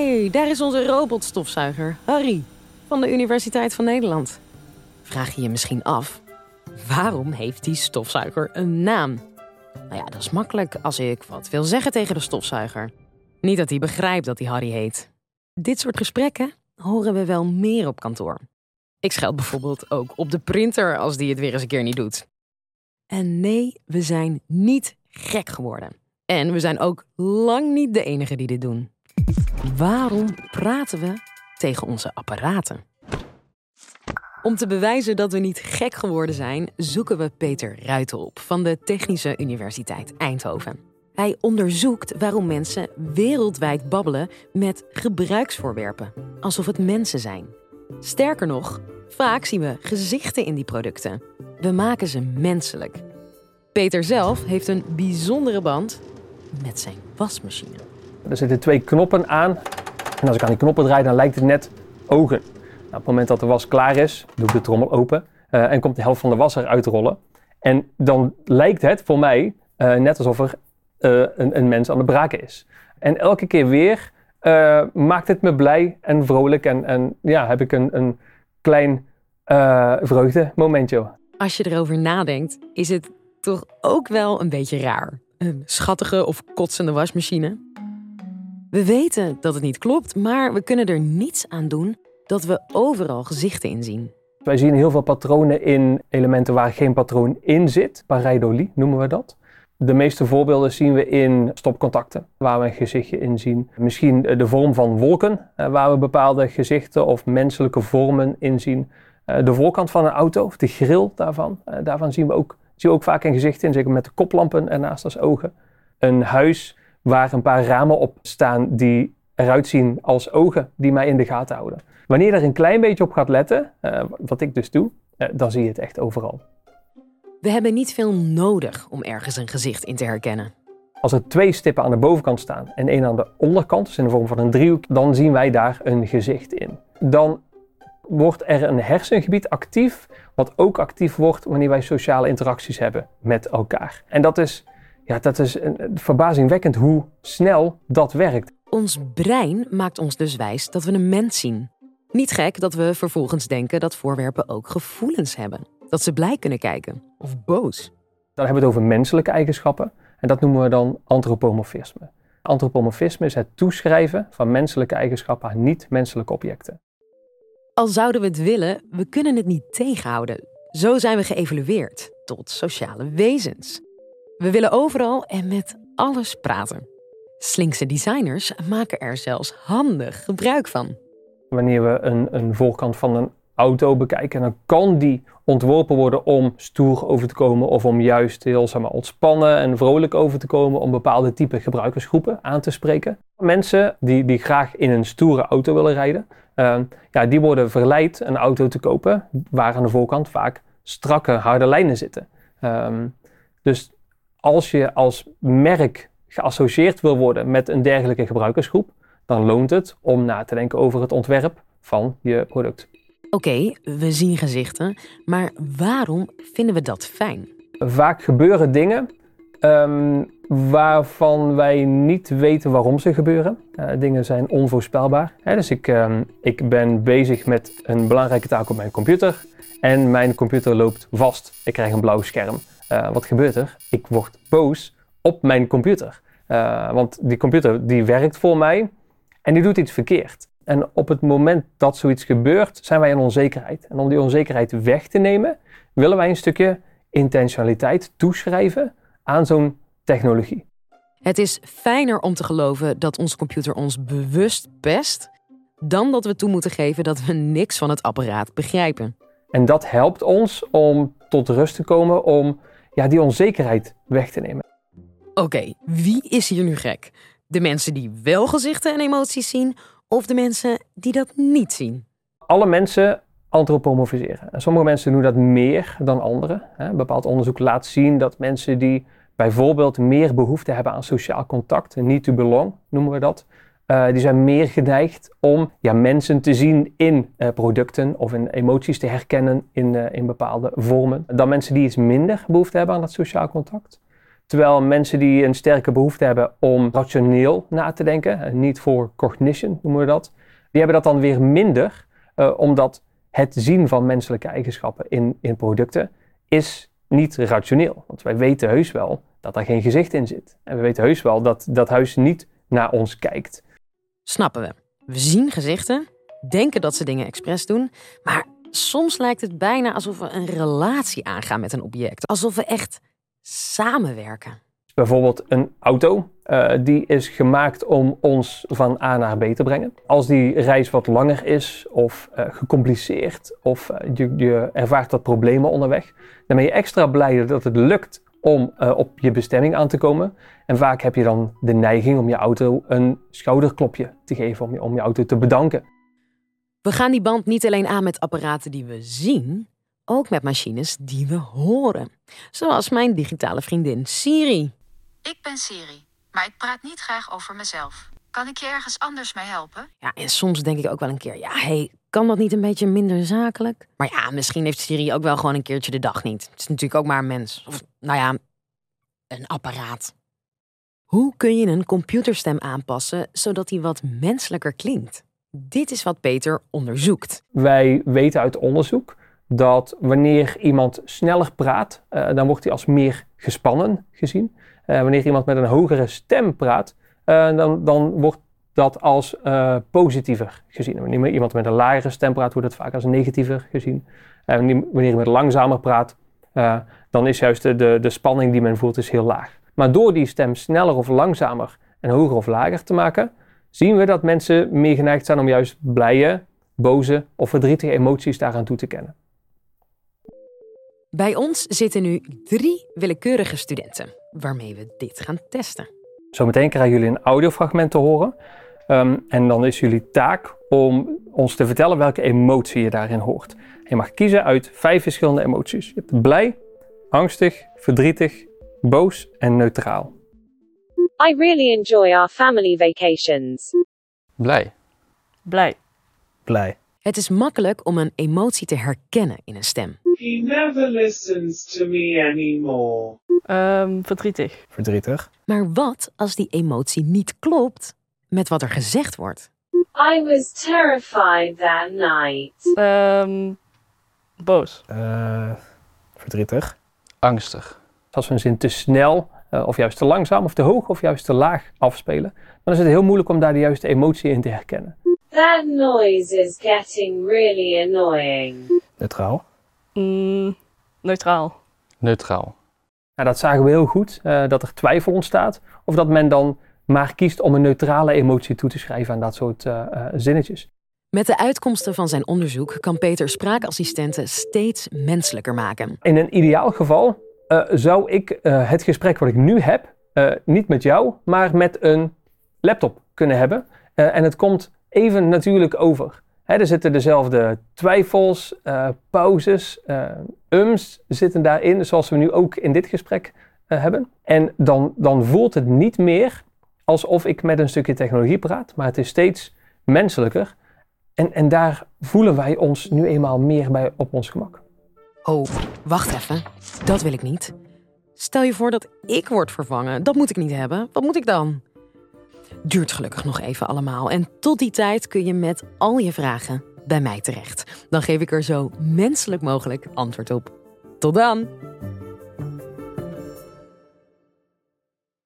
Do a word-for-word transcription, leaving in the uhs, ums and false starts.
hey, daar is onze robotstofzuiger, Harry, van de Universiteit van Nederland. Vraag je je misschien af, waarom heeft die stofzuiger een naam? Nou ja, dat is makkelijk als ik wat wil zeggen tegen de stofzuiger. Niet dat hij begrijpt dat hij Harry heet. Dit soort gesprekken horen we wel meer op kantoor. Ik scheld bijvoorbeeld ook op de printer als die het weer eens een keer niet doet. En nee, we zijn niet gek geworden. En we zijn ook lang niet de enige die dit doen. Waarom praten we tegen onze apparaten? Om te bewijzen dat we niet gek geworden zijn, zoeken we Peter Ruijten op van de Technische Universiteit Eindhoven. Hij onderzoekt waarom mensen wereldwijd babbelen met gebruiksvoorwerpen, alsof het mensen zijn. Sterker nog, vaak zien we gezichten in die producten. We maken ze menselijk. Peter zelf heeft een bijzondere band met zijn wasmachine. Er zitten twee knoppen aan en als ik aan die knoppen draai, dan lijkt het net ogen. Nou, op het moment dat de was klaar is, doe ik de trommel open uh, en komt de helft van de was eruit rollen. En dan lijkt het voor mij uh, net alsof er uh, een, een mens aan het braken is. En elke keer weer uh, maakt het me blij en vrolijk en, en ja, heb ik een, een klein uh, vreugdemomentje. Als je erover nadenkt, is het toch ook wel een beetje raar. Een schattige of kotsende wasmachine. We weten dat het niet klopt, maar we kunnen er niets aan doen dat we overal gezichten in zien. Wij zien heel veel patronen in elementen waar geen patroon in zit. Pareidolie noemen we dat. De meeste voorbeelden zien we in stopcontacten, waar we een gezichtje in zien. Misschien de vorm van wolken, waar we bepaalde gezichten of menselijke vormen in zien. De voorkant van een auto, of de grill daarvan, daarvan zien we ook, zien we ook vaak een gezicht in, zeker met de koplampen ernaast als ogen. Een huis waar een paar ramen op staan die eruit zien als ogen, die mij in de gaten houden. Wanneer je er een klein beetje op gaat letten, uh, wat ik dus doe, uh, dan zie je het echt overal. We hebben niet veel nodig om ergens een gezicht in te herkennen. Als er twee stippen aan de bovenkant staan en één aan de onderkant, dus in de vorm van een driehoek, dan zien wij daar een gezicht in. Dan wordt er een hersengebied actief, wat ook actief wordt wanneer wij sociale interacties hebben met elkaar. En dat is, ja, dat is een, verbazingwekkend hoe snel dat werkt. Ons brein maakt ons dus wijs dat we een mens zien. Niet gek dat we vervolgens denken dat voorwerpen ook gevoelens hebben. Dat ze blij kunnen kijken of boos. Dan hebben we het over menselijke eigenschappen en dat noemen we dan antropomorfisme. Antropomorfisme is het toeschrijven van menselijke eigenschappen aan niet-menselijke objecten. Al zouden we het willen, we kunnen het niet tegenhouden. Zo zijn we geëvolueerd tot sociale wezens. We willen overal en met alles praten. Slinkse designers maken er zelfs handig gebruik van. Wanneer we een, een voorkant van een auto bekijken, dan kan die ontworpen worden om stoer over te komen of om juist heel zeg maar, ontspannen en vrolijk over te komen om bepaalde type gebruikersgroepen aan te spreken. Mensen die, die graag in een stoere auto willen rijden, uh, ja, die worden verleid een auto te kopen waar aan de voorkant vaak strakke, harde lijnen zitten. Um, dus als je als merk geassocieerd wil worden met een dergelijke gebruikersgroep, dan loont het om na te denken over het ontwerp van je product. Oké, okay, we zien gezichten, maar waarom vinden we dat fijn? Vaak gebeuren dingen um, waarvan wij niet weten waarom ze gebeuren. Uh, dingen zijn onvoorspelbaar. Hè, dus ik, um, ik ben bezig met een belangrijke taak op mijn computer en mijn computer loopt vast. Ik krijg een blauw scherm. Uh, wat gebeurt er? Ik word boos op mijn computer. Uh, want die computer die werkt voor mij en die doet iets verkeerd. En op het moment dat zoiets gebeurt, zijn wij in onzekerheid. En om die onzekerheid weg te nemen, willen wij een stukje intentionaliteit toeschrijven aan zo'n technologie. Het is fijner om te geloven dat onze computer ons bewust pest, dan dat we toe moeten geven dat we niks van het apparaat begrijpen. En dat helpt ons om tot rust te komen, om ja, die onzekerheid weg te nemen. Oké, okay, wie is hier nu gek? De mensen die wel gezichten en emoties zien, of de mensen die dat niet zien? Alle mensen antropomorfiseren. En sommige mensen doen dat meer dan anderen. Een bepaald onderzoek laat zien dat mensen die bijvoorbeeld meer behoefte hebben aan sociaal contact, need to belong noemen we dat, uh, die zijn meer geneigd om ja, mensen te zien in uh, producten of in emoties te herkennen in, uh, in bepaalde vormen, dan mensen die iets minder behoefte hebben aan dat sociaal contact. Terwijl mensen die een sterke behoefte hebben om rationeel na te denken, niet voor cognition noemen we dat, die hebben dat dan weer minder, uh, omdat het zien van menselijke eigenschappen in, in producten is niet rationeel. Want wij weten heus wel dat er geen gezicht in zit. En we weten heus wel dat dat huis niet naar ons kijkt. Snappen we. We zien gezichten, denken dat ze dingen expres doen, maar soms lijkt het bijna alsof we een relatie aangaan met een object. Alsof we echt samenwerken. Bijvoorbeeld een auto, uh, die is gemaakt om ons van A naar B te brengen. Als die reis wat langer is of uh, gecompliceerd of uh, je, je ervaart wat problemen onderweg, dan ben je extra blij dat het lukt om uh, op je bestemming aan te komen. En vaak heb je dan de neiging om je auto een schouderklopje te geven, om je, om je auto te bedanken. We gaan die band niet alleen aan met apparaten die we zien, ook met machines die we horen. Zoals mijn digitale vriendin Siri. Ik ben Siri, maar ik praat niet graag over mezelf. Kan ik je ergens anders mee helpen? Ja, en soms denk ik ook wel een keer, ja, hey, kan dat niet een beetje minder zakelijk? Maar ja, misschien heeft Siri ook wel gewoon een keertje de dag niet. Het is natuurlijk ook maar een mens. Of, nou ja, een apparaat. Hoe kun je een computerstem aanpassen zodat die wat menselijker klinkt? Dit is wat Peter onderzoekt. Wij weten uit onderzoek dat wanneer iemand sneller praat, uh, dan wordt hij als meer gespannen gezien. Uh, wanneer iemand met een hogere stem praat, uh, dan, dan wordt dat als uh, positiever gezien. Wanneer iemand met een lagere stem praat, wordt het vaak als negatiever gezien. Uh, wanneer, wanneer iemand langzamer praat, uh, dan is juist de, de, de spanning die men voelt is heel laag. Maar door die stem sneller of langzamer en hoger of lager te maken, zien we dat mensen meer geneigd zijn om juist blije, boze of verdrietige emoties daaraan toe te kennen. Bij ons zitten nu drie willekeurige studenten, waarmee we dit gaan testen. Zometeen krijgen jullie een audiofragment te horen. Um, en dan is jullie taak om ons te vertellen welke emotie je daarin hoort. Je mag kiezen uit vijf verschillende emoties. Je hebt blij, angstig, verdrietig, boos en neutraal. I really enjoy our family vacations. Blij. Blij. Blij. Het is makkelijk om een emotie te herkennen in een stem. He never listens to me anymore. Um, verdrietig. Verdrietig. Maar wat als die emotie niet klopt met wat er gezegd wordt? I was terrified that night. Um, boos. Uh, verdrietig. Angstig. Als we een zin te snel, uh, of juist te langzaam, of te hoog, of juist te laag afspelen, dan is het heel moeilijk om daar de juiste emotie in te herkennen. That noise is getting really annoying. Neutraal. Mm, neutraal. Neutraal. Nou, dat zagen we heel goed, uh, dat er twijfel ontstaat. Of dat men dan maar kiest om een neutrale emotie toe te schrijven aan dat soort uh, uh, zinnetjes. Met de uitkomsten van zijn onderzoek kan Peter spraakassistenten steeds menselijker maken. In een ideaal geval uh, zou ik uh, het gesprek wat ik nu heb, uh, niet met jou, maar met een laptop kunnen hebben. Uh, en het komt even natuurlijk over. He, er zitten dezelfde twijfels, uh, pauzes, uh, ums zitten daarin, zoals we nu ook in dit gesprek uh, hebben. En dan, dan voelt het niet meer alsof ik met een stukje technologie praat, maar het is steeds menselijker. En, en daar voelen wij ons nu eenmaal meer bij op ons gemak. Oh, wacht even. Dat wil ik niet. Stel je voor dat ik word vervangen. Dat moet ik niet hebben. Wat moet ik dan? Duurt gelukkig nog even allemaal. En tot die tijd kun je met al je vragen bij mij terecht. Dan geef ik er zo menselijk mogelijk antwoord op. Tot dan!